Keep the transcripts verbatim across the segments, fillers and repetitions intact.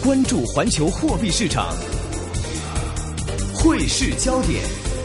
关注环球货币市场，汇市焦点。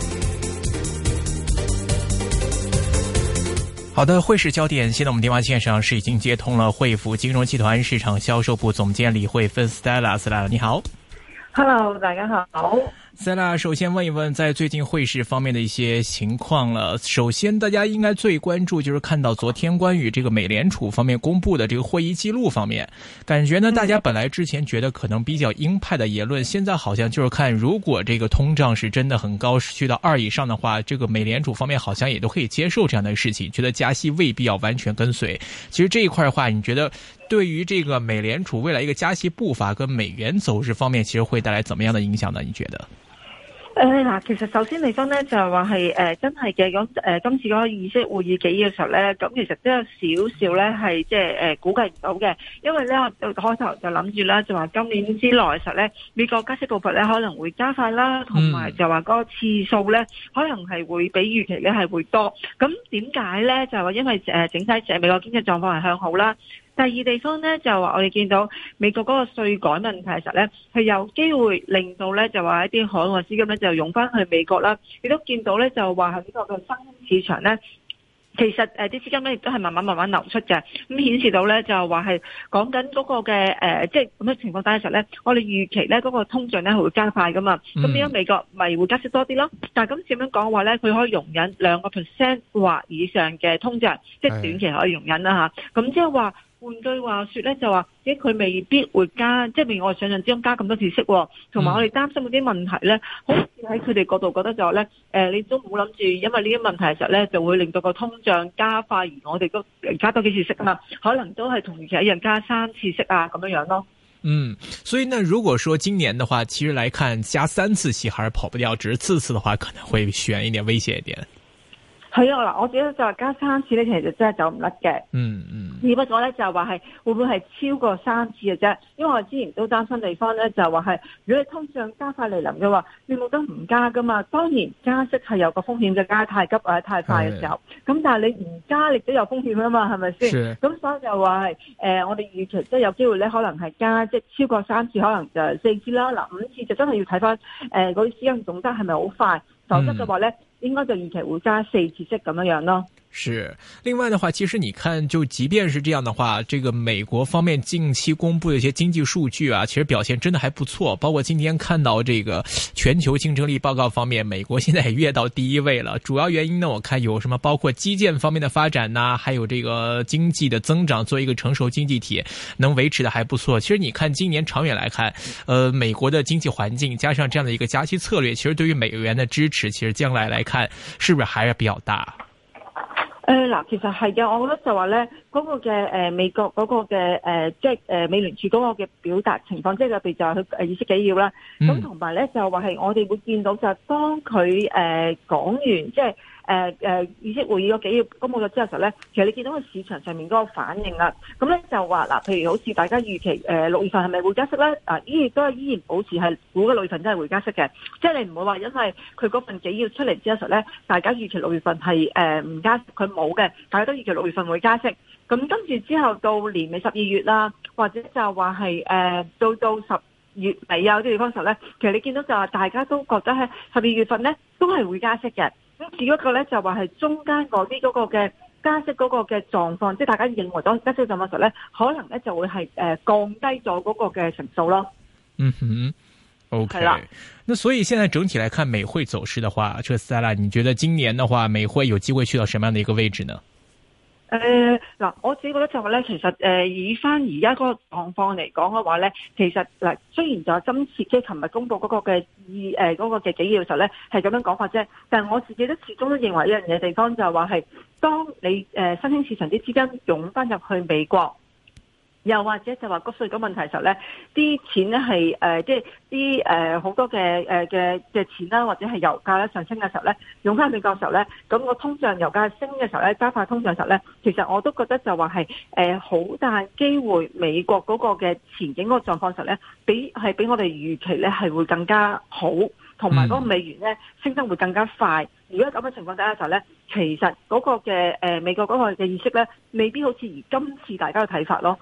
好的，汇市焦点。现在我们电话线上是已经接通了汇福金融集团市场销售部总监李慧芬 Stella，Stella 你好。 Hello， 大家好。 Stella， 首先问一问，在最近汇市方面的一些情况了。首先，大家应该最关注就是看到昨天关于这个美联储方面公布的这个会议记录方面，感觉呢，大家本来之前觉得可能比较鹰派的言论，现在好像就是看，如果这个通胀是真的很高，去到二以上的话，这个美联储方面好像也都可以接受这样的事情，觉得加息未必要完全跟随。其实这一块的话，你觉得对于这个美联储未来一个加息步伐跟美元走势方面，其实会帶來怎麼樣的影響呢？你覺得？ 誒嗱、呃，其實首先嚟講咧，就係話係誒真係嘅，咁誒、呃、今次嗰個議息會議紀要嘅時候咧，咁其實都有少少咧係即係誒估計唔到嘅，因為咧我開頭就諗住啦，就話今年之內嘅時候咧，美國加息步伐咧可能會加快啦，同埋就話嗰個次數咧可能係會比預期咧係會多。咁點解咧？就係話因為誒整體誒美國經濟狀況係向好啦。第二地方咧就話我哋見到美國嗰個稅改問題嘅時候咧，係有機會令到咧就話一啲海外資金咧就湧翻去美國啦。亦都見到咧就話喺呢個嘅新興市場咧，其實誒啲資金咧亦都係慢慢慢慢流出嘅。咁顯示到咧就話係講緊嗰個嘅誒，即係咁嘅情況底下嘅時候咧，我哋預期咧嗰個通脹咧係會加快噶嘛。咁點解美國咪會加息多啲咯？但係咁點樣講話咧，佢可以容忍兩個 percent 或以上嘅通脹，即係短期可以容忍啦嚇。咁即係話。換句話說咧，就話咦佢未必會加，即係未我哋想象之中加咁多次息，同埋我哋擔心嗰啲問題咧，好似喺佢哋角度覺得就話咧，誒、呃、你都唔好諗住，因為呢啲問題嘅時候咧，就會令到個通脹加快，而我哋都加多幾次息啊嘛，可能都係同預期一樣加三次息啊咁樣樣咯。 嗯，所以呢，如果說今年的話，其實來看加三次息還是跑不掉，只是次次的話可能會懸一點，危險一點。 係啊，嗱，我自己就話加三次咧，其實真係走唔甩嘅。 嗯嗯。 只不過咧就話係會唔會係超過三次嘅啫？因為我之前都擔心地方咧就話係，如果你通脹加快嚟臨嘅話，你冇得唔加噶嘛。當然加息係有個風險嘅，加太急或者太快嘅時候。咁但係你唔加力都有風險啊嘛，係咪先？咁所以就話係誒，我哋預期即係有機會咧，可能係加即係超過三次，可能就四次啦。嗱，五次就真係要睇翻誒嗰啲資金動得係咪好快，否則嘅話咧。嗯應該就預期會加四次息咁樣樣咯。 是，另外的話，其實你看，就即便是這樣的話，這個美國方面近期公布的一些經濟數據啊，其實表現真的還不錯。包括今天看到這個全球競爭力報告方面，美國現在也躍到第一位了。主要原因呢，我看有什麼，包括基建方面的發展呐、啊，還有這個經濟的增長，作為一個成熟經濟體，能維持的還不錯。其實你看今年長遠來看，呃，美國的經濟環境加上這樣的一個加息策略，其實對於美元的支持，其實將來來看，是不是還是比較大？ 誒嗱、呃，其實係嘅，我覺得就話咧，嗰、那個嘅誒、呃、美國嗰個嘅誒、呃，即係誒、呃、美聯儲嗰個嘅表達情況，即係特別就係佢誒議息紀要啦。咁同埋咧就話係我哋會見到就係當佢誒講完，即係誒誒議息會議嗰紀要公佈咗之後嘅時候咧，其實你見到個市場上面嗰個反應啦。咁咧就話嗱，譬如好似大家預期誒六月份係咪會加息咧？啊，依然都係依然保持係估嘅六月份真係會加息嘅，即係你唔會話因為佢嗰份紀要出嚟之後咧，大家預期六月份係誒唔加息，佢冇嘅，大家都預期六月份會加息。咁跟住之後到年尾十二月啦，或者就話係誒到到十月尾啊啲地方時候咧，其實你見到就話大家都覺得喺十二月份咧都係會加息嘅。咁只不過咧就話係中間嗰啲嗰個嘅加息嗰個嘅狀況，即係大家認為咗加息嘅狀況時候咧，可能咧就會係誒、呃、降低咗嗰個嘅成數咯。 嗯哼。OK，那所以現在整體來看美匯走勢的話，這 Stella 你覺得今年的話美匯有機會去到什麼樣的一個位置呢？ 誒嗱、呃，我自己覺得就話咧，其實誒、呃、以翻而家嗰個狀況嚟講嘅話咧，其實嗱雖然就係今次即係琴日公佈嗰個嘅意誒嗰個嘅紀要嘅時候咧係咁樣講法啫，但係我自己都始終都認為一樣嘢地方就係話係當你誒、呃、新興市場啲資金湧翻入去美國。又或者就話個稅嗰問題嘅時候咧，啲錢咧係誒即係啲誒好多嘅誒嘅嘅錢啦，或者係油價咧上升嘅時候咧，用翻美國嘅時候咧，咁個通脹油價升嘅時候咧，加快通脹嘅時候咧，其實我都覺得就話係誒好大機會美國嗰個嘅前景嗰個狀況時候咧，比係比我哋預期咧係會更加好，同埋嗰個美元咧升得會更加快。如果咁嘅情況底下嘅時候咧，其實嗰個嘅誒美國嗰個嘅意識咧，未必好似而今次大家嘅睇法咯。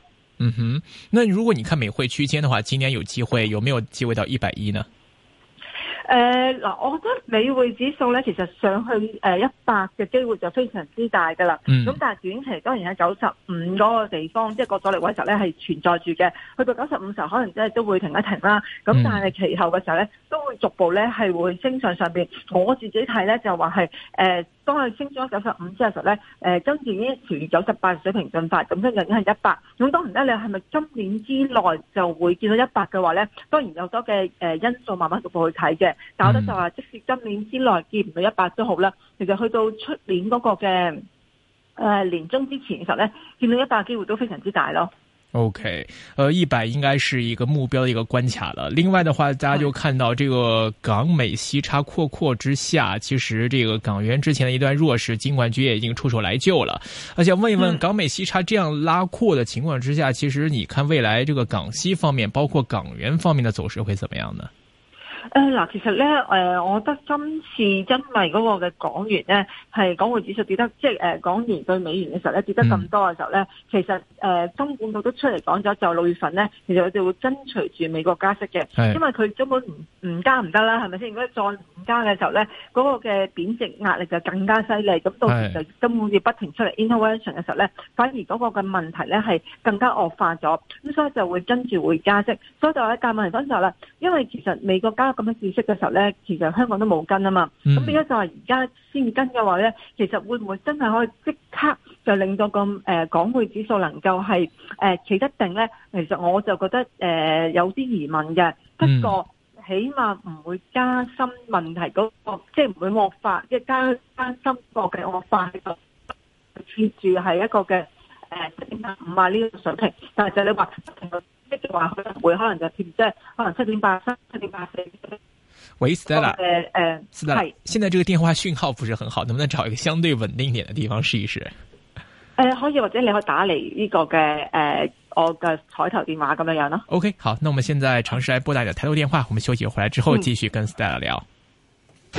嗯哼，那如果你看美匯區間的話，今年有機會有沒有機會到一百一呢？ 誒嗱、呃，我覺得美匯指數咧，其實上去誒一百嘅機會就非常之大㗎啦。咁、嗯、但係短期當然喺九十五嗰個地方，即係個阻力位時候咧係存在住嘅。去到九十五時候，可能即係都會停一停啦。咁、嗯、但係其後嘅時候咧，都會逐步咧係會升上上邊。我自己睇咧就話係誒，當佢升咗九十五之後咧，誒跟住已經朝住九十八水平進發，咁即係已經係一百。咁當然咧，你係咪今年之內就會見到一百嘅話咧？當然有多嘅誒因素慢慢逐步去睇嘅。但我覺得就話，即使今年之內見唔到一百都好啦，其實去到出年嗰個嘅誒、呃、年中之前嘅時候咧，見到一百嘅機會都非常之大咯。OK， 呃，一百應該是一個目標的一個關卡了。另外的話，大家就看到這個港美息差擴闊之下，其實這個港元之前的一段弱勢，金管局也已經出手來救了。而且問一問，港美息差這樣拉擴的情況之下，其實你看未來這個港息方面，包括港元方面的走勢會怎麼樣呢？ 誒嗱，其實咧，誒，我覺得今次因為嗰個嘅港元咧，係港匯指數跌得，即係誒港元對美元嘅時候咧，跌得咁多嘅時候咧，嗯、其實誒金管局都出嚟講咗，就六月份咧，其實佢哋會跟隨住美國加息嘅，是因為佢根本唔唔加唔得啦，係咪先？如果再唔加嘅時候咧，嗰、嗰個嘅貶值壓力就更加犀利，咁到時就根本要不停出嚟 intervention 嘅時候咧，反而嗰個嘅問題咧係更加惡化咗，咁所以就會跟住會加息，所以就喺價問題分時候咧，因為其實美國加咁嘅知識嘅時候咧，其實香港都冇跟啊嘛，咁變咗就係而家先跟嘅話咧，其實會唔會真係可以即刻就令到個誒、呃、港匯指數能夠係誒企得定咧？其實我就覺得誒、呃、有啲疑問嘅，不過起碼唔會加深問題嗰、那個，即係唔會惡化，即係加加深個嘅惡化喺度，貼住係一個嘅誒七點五啊呢個水平，但係就你話即係話佢會可能就貼即係可能七點八三、七點八四。 喂 Stella， 誒誒 ，Stella，現在這個電話訊號不是很好，能不能找一個相對穩定一點的地方試一試？誒、 呃，可以，或者你可以打嚟呢個嘅誒、呃，我嘅台頭電話咁樣樣咯。 OK，好，那我們現在嘗試來撥打你的台頭電話，我們休息回來之後繼續跟 Stella 聊。 嗯、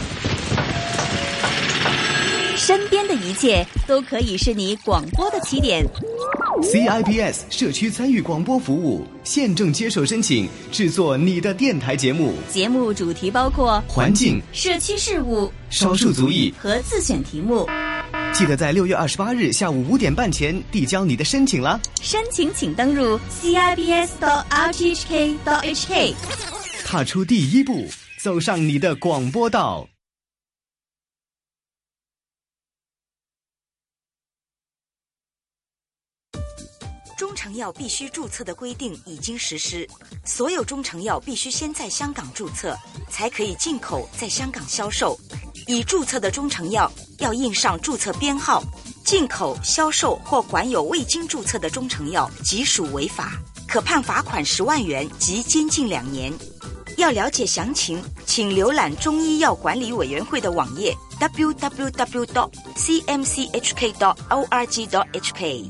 身邊的一切都可以是你廣播的起點。 C I B S 社區參與廣播服務現正接受申請，製作你的電台節目。 節目主題包括環境、 社區事務、 少數族裔和自選題目。 記得在六月二十八日下午五點半前遞交你的申請啦。 申請請登入 c i b s dot r t h k dot h k， 踏出第一步，走上你的廣播道。 中成藥必須註冊的規定已經實施，所有中成藥必須先在香港註冊，才可以進口在香港銷售。已註冊的中成藥要印上註冊編號，進口、銷售或管有未經註冊的中成藥即屬違法，可判罰款十萬元及監禁兩年。要了解詳情，請瀏覽中醫藥管理委員會的網頁 double-u double-u double-u dot c m c h k dot org dot h k。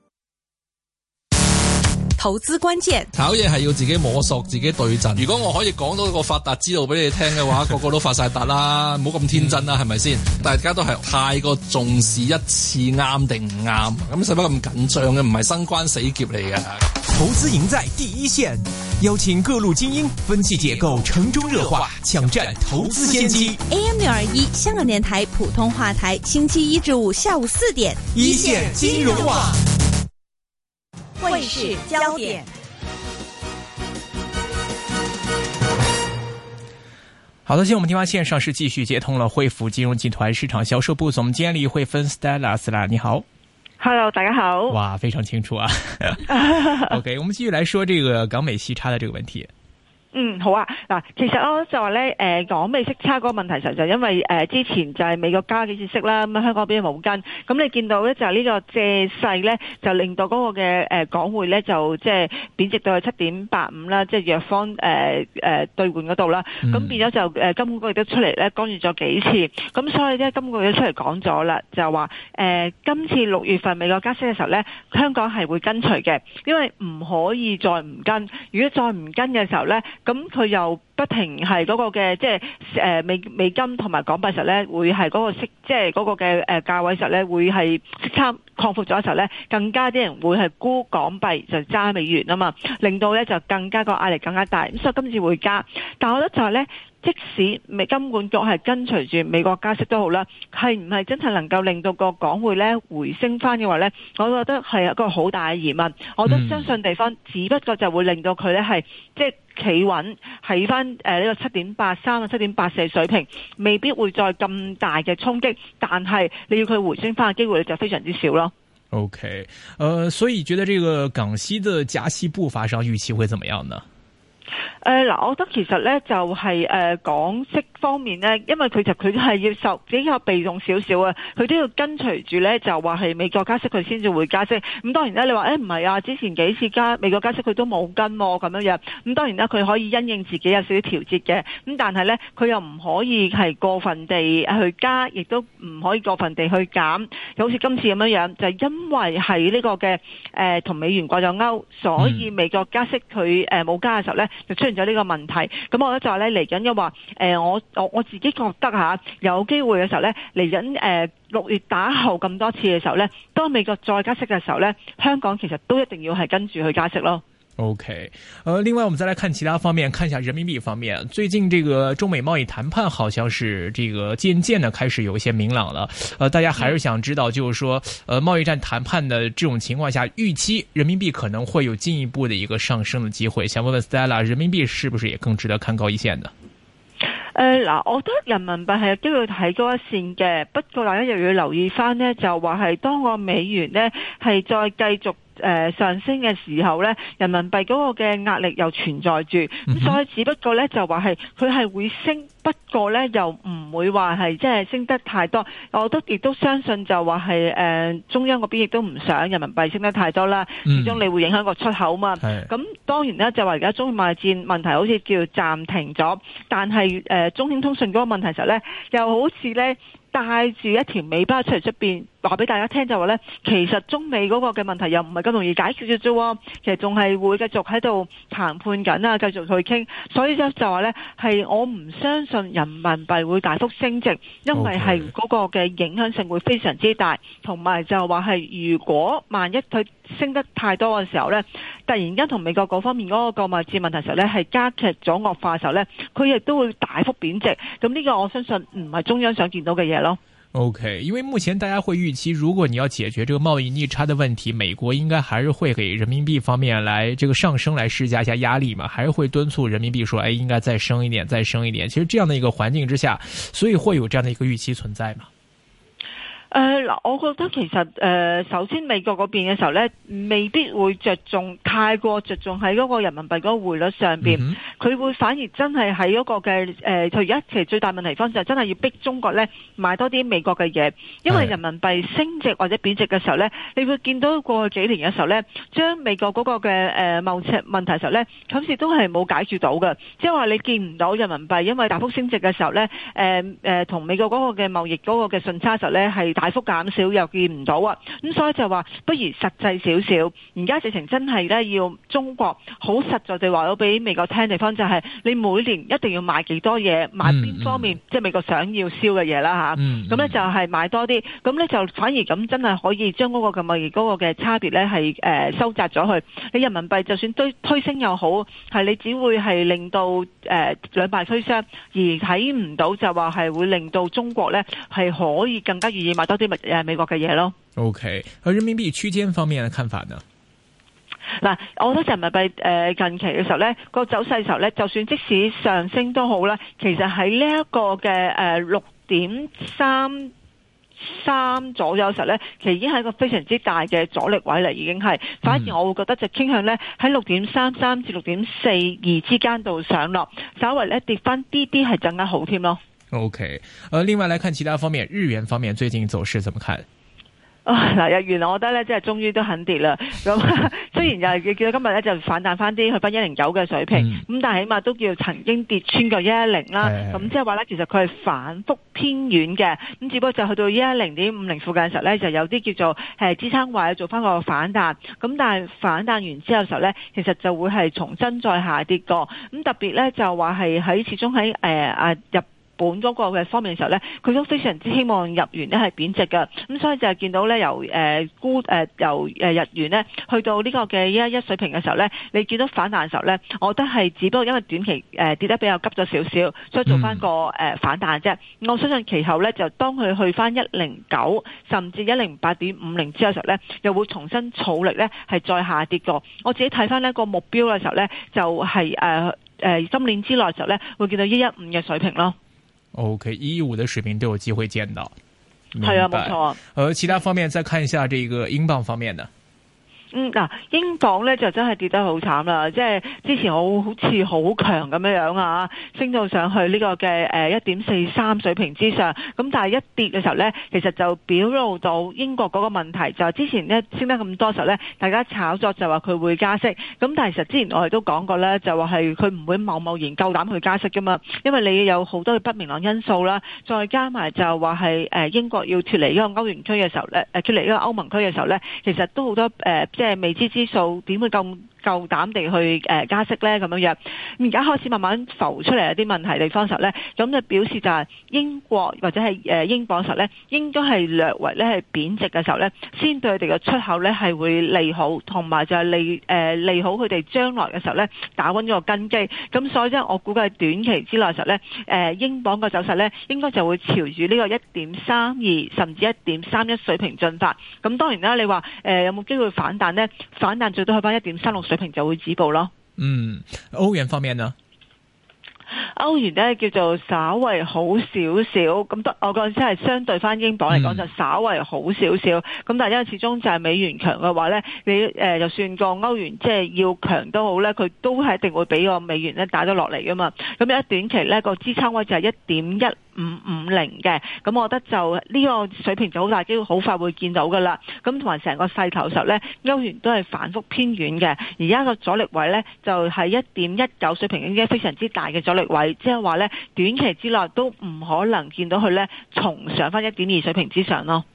投資關鍵， 炒嘢係要自己摸索，自己對陣。如果我可以講到個發達之道俾你聽嘅話，個個都發晒達啦，唔好咁天真啦，係咪先？大家都係太過重視一次啱定唔啱，咁使乜咁緊張嘅？唔係生關死劫嚟嘅。 投資贏在第一線，邀請各路精英分析結構，城中熱話，搶佔投資先機。 A M 六二一香港電台普通話台，星期一至五下午四點， 一線金融網。 匯市焦點。 好的，現在我們電話線上是繼續接通了匯福金融集團市場銷售部總監李慧芬 Stella Stella， 你好。 Hello， 大家好。 哇，非常清楚啊。OK， 我們繼續來說這個港美息差的這個問題。 嗯，好啊。嗱，其實我就話咧，誒港美息差嗰個問題，實就因為誒、呃、之前就係美國加幾次息啦，咁香港邊冇跟，咁你見到咧就係呢個借勢咧，就令到嗰個嘅誒港匯咧就即係貶值到去七點八五啦，即係弱方誒誒兌換嗰度啦，咁、嗯、變咗就誒金管局亦都出嚟咧干預咗幾次，咁所以咧金管局都出嚟講咗啦，就話誒、呃、今次六月份美國加息嘅時候咧，香港係會跟隨嘅，因為唔可以再唔跟，如果再唔跟嘅時候咧。咁佢又不停係嗰個嘅即係誒美美金同埋港幣實咧，會係嗰個息即係嗰個嘅誒價位實咧，會係息差擴闊咗嘅時候咧，更加啲人會係沽港幣就揸美元啊嘛，令到咧就更加個壓力更加大。咁所以今次會加，但係我覺得就係咧，即使美金管局係跟隨住美國加息都好啦，係唔係真係能夠令到個港匯咧回升翻嘅話咧？我覺得係一個好大嘅疑問。我都相信地方，只不過就會令到佢咧係即係企穩喺翻誒呢個七點八三啊七點八四水平，未必會再咁大嘅衝擊，但係你要佢回升翻嘅機會就非常之少咯。 OK，呃，所以覺得這個港息的加息步伐上預期會怎麼樣呢？ 誒嗱，我覺得其實咧就係誒港息方面咧，因為佢就佢係要受比較被動少少啊，佢都要跟隨住咧就話係美國加息佢先至會加息。咁當然咧，你話誒唔係啊，之前幾次加美國加息佢都冇跟咁樣樣。咁當然啦，佢可以因應自己有少少調節嘅。咁但係咧，佢又唔可以係過分地去加，亦都唔可以過分地去減。就好似今次咁樣樣，就係因為係呢個嘅誒同美元掛咗鈎，所以美國加息佢誒冇加嘅時候咧，就出現咗呢個問題。咁我覺得就係咧嚟緊嘅話，誒我我我自己覺得吓有機會嘅時候咧，嚟緊誒六月打後咁多次嘅時候咧，當美國再加息嘅時候咧，香港其實都一定要係跟住去加息咯。 OK，呃，另外我們再來看其他方面，看一下人民幣方面。最近這個中美貿易談判好像是這個漸漸的開始有一些明朗了。呃，大家還是想知道，就是說，呃，貿易戰談判的這種情況下，預期人民幣可能會有進一步的一個上升的機會。想問問 Stella，人民幣是不是也更值得看高一線呢？ 誒嗱，我覺得人民幣係有機會睇高一線嘅，不過大家又要留意翻呢，就話係當個美元呢係再繼續誒、呃、上升嘅時候咧，人民幣嗰個嘅壓力又存在住，咁、嗯、所以只不過咧就話係佢係會升，不過咧又唔會話係即係升得太多。我都亦都相信就話係誒中央嗰邊亦都唔想人民幣升得太多啦，始終你會影響個出口嘛。咁、嗯、當然咧就話而家中美貿易戰問題好似叫暫停咗，但係誒、呃、中興通訊嗰個問題時候咧，又好似咧帶住一條尾巴出嚟出邊，話俾大家聽就話咧，其實中美嗰個嘅問題又唔係咁容易解決嘅啫，其實仲係會繼續喺度談判緊啊，繼續去傾，所以就就話咧係我唔相信人民幣會大幅升值，因為係嗰個嘅影響性會非常之大，同埋就話係如果萬一佢升得太多嘅時候咧，突然間同美國嗰方面嗰個貿易戰問題時候咧係加劇咗惡化嘅時候咧，佢亦都會大幅貶值，咁呢個我相信唔係中央想見到嘅嘢咯。 OK，因為目前大家會預期，如果你要解決這個貿易逆差的問題，美國應該還是會給人民幣方面來這個上升來施加一下壓力嘛，還是會敦促人民幣說，哎，應該再升一點，再升一點。其實這樣的一個環境之下，所以會有這樣的一個預期存在嘛。 誒嗱，我覺得其實誒、呃，首先美國嗰邊嘅時候咧，未必會着重太過着重喺嗰個人民幣嗰個匯率上邊，佢、嗯、會反而真係喺嗰個嘅誒，佢而家其實最大問題方就係真係要逼中國咧買多啲美國嘅嘢，因為人民幣升值或者貶值嘅時候咧，你會見到過去幾年嘅時候咧，將美國嗰個嘅誒貿易問題時候咧，好似都係冇解決到嘅，即係話你見唔到人民幣因為大幅升值嘅時候咧，誒誒同美國嗰個嘅貿易嗰個嘅順差時候咧係大幅減少又見唔到啊，咁所以就話不如實際少少，而家直情真係咧要中國好實在地話到俾美國聽地方就係你每年一定要買幾多嘢，買邊方面、嗯、即係美國想要燒嘅嘢啦吓，咁咧就係買多啲，咁咧就反而咁真係可以將嗰個嘅貿易嗰個嘅差別咧係誒收窄咗去，你人民幣就算推推升又好，係你只會係令到誒兩敗俱傷，而睇唔到就話係會令到中國咧係可以更加願意買多啲物誒美國嘅嘢咯。 OK，而人民幣區間方面嘅看法呢？ 嗱，我覺得人民幣誒近期嘅時候咧，個走勢嘅時候咧，就算即使上升都好啦，其實喺呢一個嘅誒六點三三左右嘅時候咧，其實已經係一個非常之大嘅阻力位嚟，已經係。反而我會覺得就傾向咧喺六點三三至六點四二之間度上落，稍微咧跌翻啲啲係更加好添咯。 OK，呃，另外來看其他方面，日元方面最近走勢怎麼看？ 啊嗱，日元我覺得咧，即係終於都肯跌啦。咁雖然就係見到今日咧就反彈翻啲去翻一零九嘅水平，咁、嗯、但係起碼都叫曾經跌穿過一一零啦。咁即係話咧，其實佢係反覆偏軟嘅。咁只不過就去到一一零點五零附近嘅時候咧，就有啲叫做誒支撐位做翻個反彈。咁但係反彈完之後嘅時候咧，其實就會係重新再下跌過。咁特別咧就話係喺始終喺誒啊入本嗰個嘅方面嘅時候咧，佢都非常之希望日元咧係貶值嘅，咁所以就係見到咧由誒沽誒由誒日元咧去到呢個嘅一一一水平嘅時候咧，你見到反彈嘅時候咧，我覺得係只不過因為短期誒跌得比較急咗少少，所以做翻個誒反彈啫。嗯、我相信其後咧就當佢去翻一零九甚至一零八點五零之後嘅時候咧，又會重新儲力咧係再下跌過。我自己睇翻呢個目標嘅時候咧，就係誒誒今年之內嘅時候咧會見到一一五嘅水平咯。 OK， 一一五的水平都有機會見到， 係啊，冇錯。 而其他方面再看一下這個英鎊方面呢？ 嗯嗱，英鎊咧就真係跌得好慘啦，即係之前我好似好強咁樣樣啊，升到上去呢個嘅誒一點四三水平之上，咁但係一跌嘅時候咧，其實就表露到英國嗰個問題，就係之前咧升得咁多時候咧，大家炒作就話佢會加息，咁但係其實之前我哋都講過咧，就話係佢唔會貿貿然夠膽去加息噶嘛，因為你有好多嘅不明朗因素啦，再加埋就話係誒英國要脫離呢個歐元區嘅時候咧，誒脫離呢個歐盟區嘅時候咧，其實都好多誒。呃即係未知之數，點會咁夠膽地去誒加息呢？咁樣樣，而家開始慢慢浮出嚟一啲問題地方時候呢，咁就表示就係英國或者係誒英鎊時候呢，應該係略為咧係貶值嘅時候呢，先對佢哋嘅出口呢係會利好，同埋就係利誒、呃、利好佢哋將來嘅時候呢，打穩咗個根基。咁所以咧，我估計短期之內嘅時候呢，誒英鎊嘅走勢呢應該就會朝住呢個一點三二甚至一點三一水平進發。咁當然啦，你話誒、呃、有冇機會反彈呢？反彈最多去翻一點三六水平就會止步咯。嗯， 歐元方面呢？ 歐元咧叫做稍為好少少，咁都我覺得真係相對翻英鎊嚟講就稍為好少少。咁、嗯、但係因為始終就係美元強嘅話咧，你誒、呃、就算個歐元即係要強都好咧，佢都係一定會俾個美元咧打咗落嚟噶嘛。咁一短期咧個支撐位就係一點一五五零嘅，咁我覺得就呢個水平就好大機會好快會見到噶啦。咁同埋成個勢頭時候咧，歐元都係反覆偏軟嘅。而家個阻力位咧就係一點一九水平，已經非常之大嘅阻力位，即係話咧短期之內都唔可能見到佢咧重上翻一點二水平之上咯。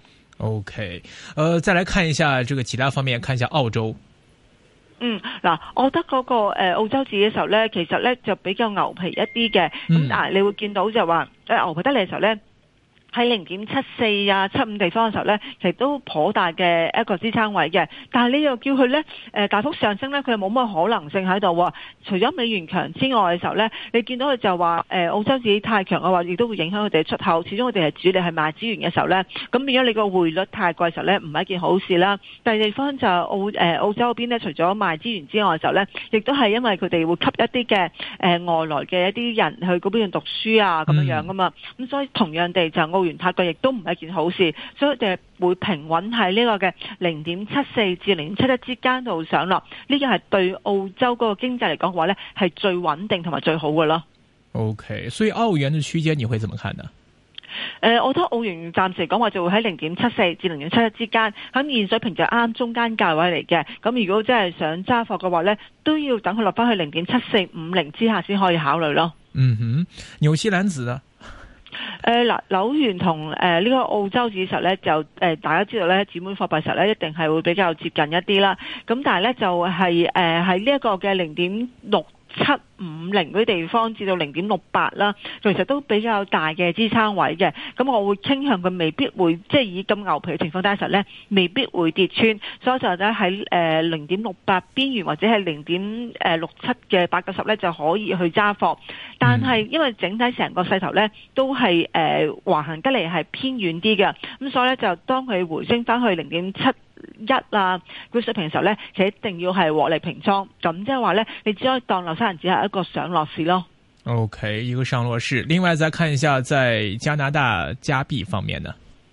OK，呃，再來看一下這個其他方面，看一下澳洲。 嗯，嗱，我覺得嗰、那個誒、呃、澳洲紙嘅時候咧，其實咧就比較牛皮一啲嘅，咁、嗯、但係你會見到就話誒、呃、牛皮得嚟嘅時候咧，喺零點七四啊七五地方嘅時候咧，其實都頗大嘅一個支撐位嘅，但係你又叫佢咧誒大幅上升咧，佢又冇乜可能性喺度喎。除咗美元強之外嘅時候咧，你見到佢就話誒、呃、澳洲紙太強嘅話，亦都會影響佢哋嘅出口。始終佢哋係主力係賣資源嘅時候咧，咁變咗你個匯率太貴嘅時候咧，唔係一件好事啦。第二地方就澳誒、呃、澳洲嗰邊咧，除咗賣資源之外嘅時候咧，亦都係因為佢哋會吸一啲嘅誒外來嘅一啲人去嗰邊讀書啊咁樣樣噶嘛，咁、嗯、所以同樣地就澳元太貴亦都唔係一件好事，所以佢哋會平穩喺呢個嘅零點七四至零點七一之間度上落，呢個係對澳洲嗰個經濟嚟講嘅話咧，係最穩定同埋最好嘅咯。 OK， 所以澳元嘅區間你會怎麼看呢？ 誒、呃，我覺得澳元暫時講話就會喺零點七四至零點七一之間，咁現水平就啱中間價位嚟嘅。咁如果真係想揸貨嘅話咧，都要等佢落翻去零點七四五零之下先可以考慮咯。嗯哼， 紐西蘭紙呢？ 誒嗱，紐元同誒呢個澳洲紙實咧就誒、呃、大家知道咧，姊妹貨幣實咧一定係會比較接近一啲啦。咁但係咧就係誒喺呢一個嘅零點六七五零嗰啲地方至到零點六八啦，其實都比較大嘅支撐位嘅。咁我會傾向佢未必會即係以咁牛皮嘅情況底下實咧，未必會跌穿。所以就咧喺誒零點六八邊緣或者係零點誒六七嘅八九十咧就可以去揸貨。但係因為整體成個勢頭咧都係誒橫行得嚟係偏遠啲嘅，咁所以咧就當佢回升翻去零點七一啊，嗰水平嘅時候咧，其實一定要係獲利平倉，咁即係話咧，你只可以當紐西蘭只係一個上落市咯。 OK，一個上落市。另外再看一下在加拿大加幣方面呢？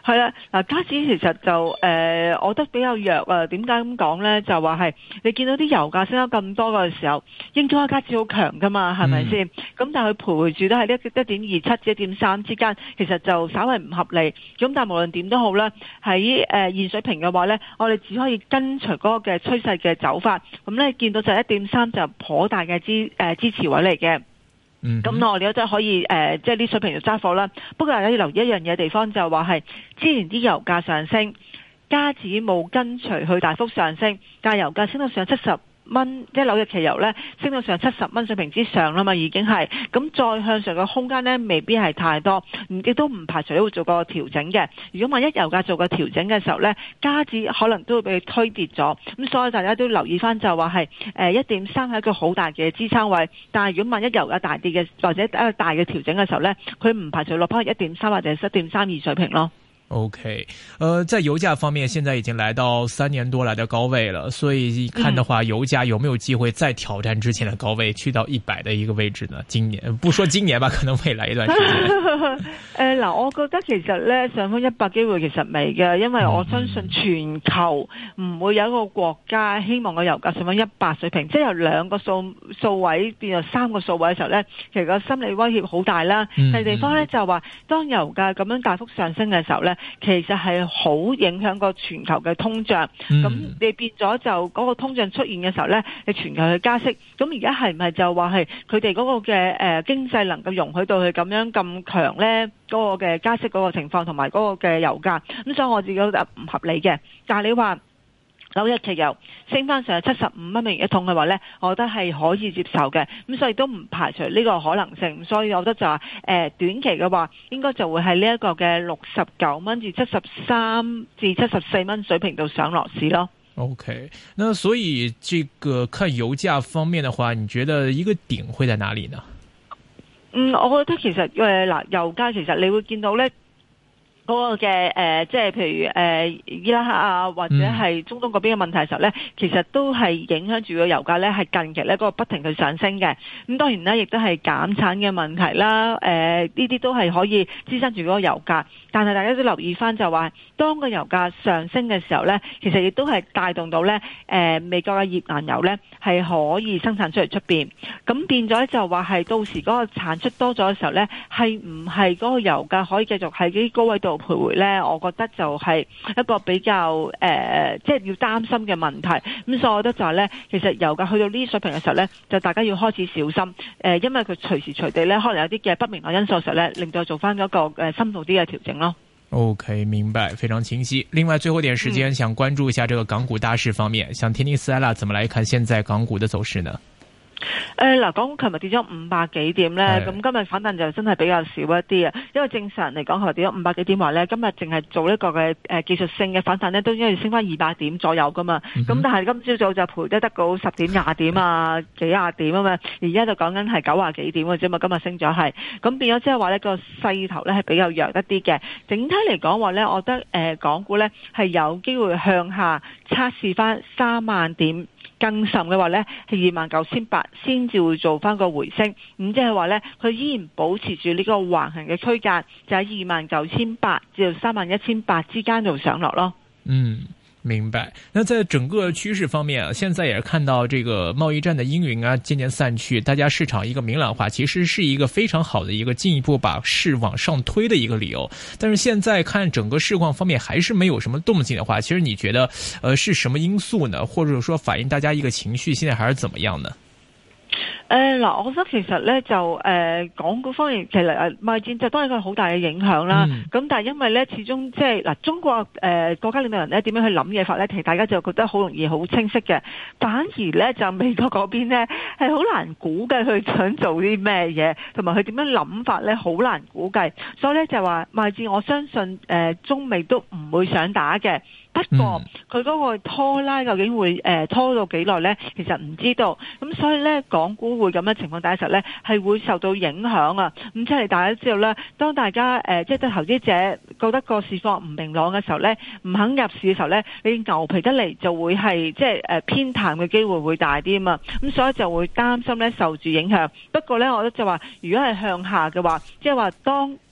係啦，嗱，加指其實就誒、呃，我覺得比較弱啊。點解咁講咧？就話係你見到啲油價升得咁多嘅時候，應該加指好強噶嘛，係咪先？咁、嗯、但係佢徘徊住都係一一點二七至一點三之間，其實就稍為唔合理。咁但係無論點都好啦，喺誒現水平嘅話咧，我哋只可以跟隨嗰個嘅趨勢嘅走法。咁咧見到就一點三就頗大嘅支誒、呃、支持位嚟嘅。咁、嗯、我哋都可以誒、呃，即係啲水平就揸貨啦。不過大家要留意一樣嘢地方就話係，之前啲油價上升，加指冇跟隨去大幅上升，但係油價升到上七十蚊，即係紐約期油咧升到上七十蚊水平之上啦嘛，已經係咁再向上嘅空間咧，未必係太多，亦都唔排除會做個調整嘅。如果萬一油價做個調整嘅時候咧，加指可能都會被推跌咗，咁所以大家都留意翻就話係誒一點三係一個好大嘅支撐位，但係如果萬一油價大跌嘅或者一個大嘅調整嘅時候咧，佢唔排除落翻去一點三或者一點三二水平咯。 OK，呃，在油價方面，現在已經來到三年多來的高位了，所以看的話，油價有沒有機會再挑戰之前的高位，去到一百的一個位置呢？今年不說今年吧，可能未來一段時間。誒、 呃，嗱，我覺得其實咧上翻一百機會其實未嘅，因為我相信全球唔會有一個國家希望個油價上翻一百水平，即係由兩個數數位變到三個數位嘅時候咧，其實個心理威脅好大啦。第二地方咧就話，當油價咁樣大幅上升嘅時候咧，其實係好影響個全球嘅通脹，咁、嗯、你變咗就嗰個通脹出現嘅時候呢，你全球去加息，咁而家係唔係就話係佢哋嗰個嘅誒、呃、經濟能夠容許到佢咁樣咁強呢？嗰、嗰個嘅加息嗰個情況同埋嗰個嘅油價，咁所以我自己覺得唔合理嘅。但係你話紐約期油升翻上七十五蚊美元一桶嘅話呢，我覺得係可以接受嘅，咁所以都唔排除呢個可能性。所以我覺得就話誒、呃、短期嘅話，應該就會係呢一個嘅六十九蚊至七十三至七十四蚊水平度上落市咯。 OK，那所以這個看油價方面的話，你覺得一個頂會在哪裡呢？ 嗯，我覺得其實誒嗱、呃，油價其實你會見到呢。嗰、那個嘅誒、呃，即係譬如誒、呃、伊拉克啊，或者係中東嗰邊嘅問題嘅時候咧、嗯，其實都係影響住個油價咧，係近期咧嗰個不停去上升嘅。咁當然咧，亦都係減產嘅問題啦。誒呢啲都係可以支撐住嗰個油價。但係大家都留意翻就話，當個油價上升嘅時候咧，其實亦都係帶動到咧誒、呃、美國嘅頁岩油咧係可以生產出嚟出邊。咁變咗就話係到時嗰個產出多咗嘅時候咧，係唔係嗰個油價可以繼續喺啲高位度徘徊咧？我覺得就係一個比較誒，即、呃、係、就是、要擔心嘅問題。咁所以我覺得就係咧，其實油價去到呢啲水平嘅時候咧，就大家要開始小心。誒、呃，因為佢隨時隨地咧，可能有啲嘅不明朗因素嘅時候咧，令到做翻一個誒深度啲嘅調整咯。 OK，明白，非常清晰。另外，最後一點時間、嗯，想關注一下這個港股大市方面，想聽聽Stella怎麼來看現在港股的走勢呢？ 誒，嗱，港股琴日跌咗五百幾點咧，咁今日反彈就真係比較少一啲啊。因為正常嚟講，琴日跌咗五百幾點話咧，今日淨係做一個嘅誒技術性嘅反彈咧，都應該要升翻二百點左右噶嘛。咁、嗯、但係今朝早就賠得得到十點廿點啊，幾廿點啊嘛。而家就講緊係九廿幾點嘅啫嘛。今日升咗係，咁變咗即係話呢個勢頭咧係比較弱一啲嘅。整體嚟講話咧，我覺得誒、呃、港股咧係有機會向下測試翻三萬點。更甚嘅話呢，係二萬九千八先至會做翻個回升，咁即係話呢，佢依然保持住呢個橫行嘅區間，就喺二萬九千八至到三萬一千八之間度上落咯。 嗯。明白。那在整個趨勢方面啊，現在也是看到這個貿易戰的陰雲啊漸漸散去，大家市場一個明朗化，其實是一個非常好的一個進一步把市往上推的一個理由。但是現在看整個市況方面還是沒有什麼動靜的話，其實你覺得呃是什麼因素呢？或者說反映大家一個情緒現在還是怎麼樣呢？ 誒，嗱，我覺得其實咧就誒、呃，港股方面其實誒貿易戰就當然一個好大嘅影響啦。咁、嗯、但係因為咧始終即係嗱，中國誒、呃、國家領導人咧點樣去諗嘢法咧，其實大家就覺得好容易好清晰嘅。反而咧就美國嗰邊咧係好難估計佢想做啲咩嘢，同埋佢點樣諗法咧好難估計。所以咧就話貿易戰，我相信誒、呃、中美都唔會想打嘅。不過佢嗰個拖拉究竟會誒、呃、拖到幾耐呢？其實唔知道。咁所以呢，港股會咁嘅情況底下時候呢，係會受到影響啊。咁即係大家知道呢，當大家誒、呃、即係對投資者覺得個市況唔明朗嘅時候呢，唔肯入市嘅時候呢，你牛皮得嚟就會係即係誒偏淡嘅機會會大啲啊嘛。咁所以就會擔心呢受住影響。不過呢，我覺得就話如果係向下嘅話，即係話當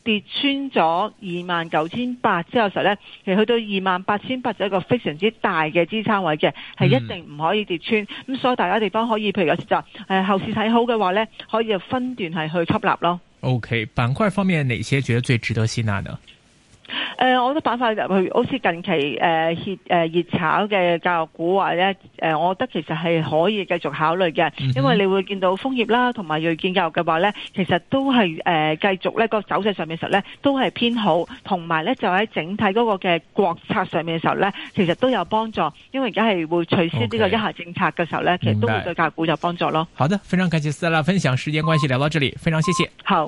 跌穿咗二萬九千八之後嘅時候咧，其實去到二萬八千八就一個非常之大嘅支撐位嘅，係一定唔可以跌穿。咁、嗯、所以大家地方可以，譬如有時就誒、呃、後市睇好嘅話咧，可以分段係去吸納咯。 OK， 板塊方面，哪些覺得最值得吸納呢？ 誒、呃，我覺得板塊入去，好似近期誒熱誒熱炒嘅教育股或者誒，我覺得其實係可以繼續考慮嘅，嗯、因為你會見到楓葉啦，同埋睿見教育嘅話咧，其實都係誒、呃、繼續咧個走勢上面嘅時候咧，都係偏好，同埋咧就喺整體嗰個嘅國策上面嘅時候咧，其實都有幫助，因為而家係會取消呢個一孩政策嘅時候咧，Okay. 其實都會對教育股有幫助咯。 好的，非常感謝 Stella 分享，時間關係聊到這裡，非常謝謝。 好。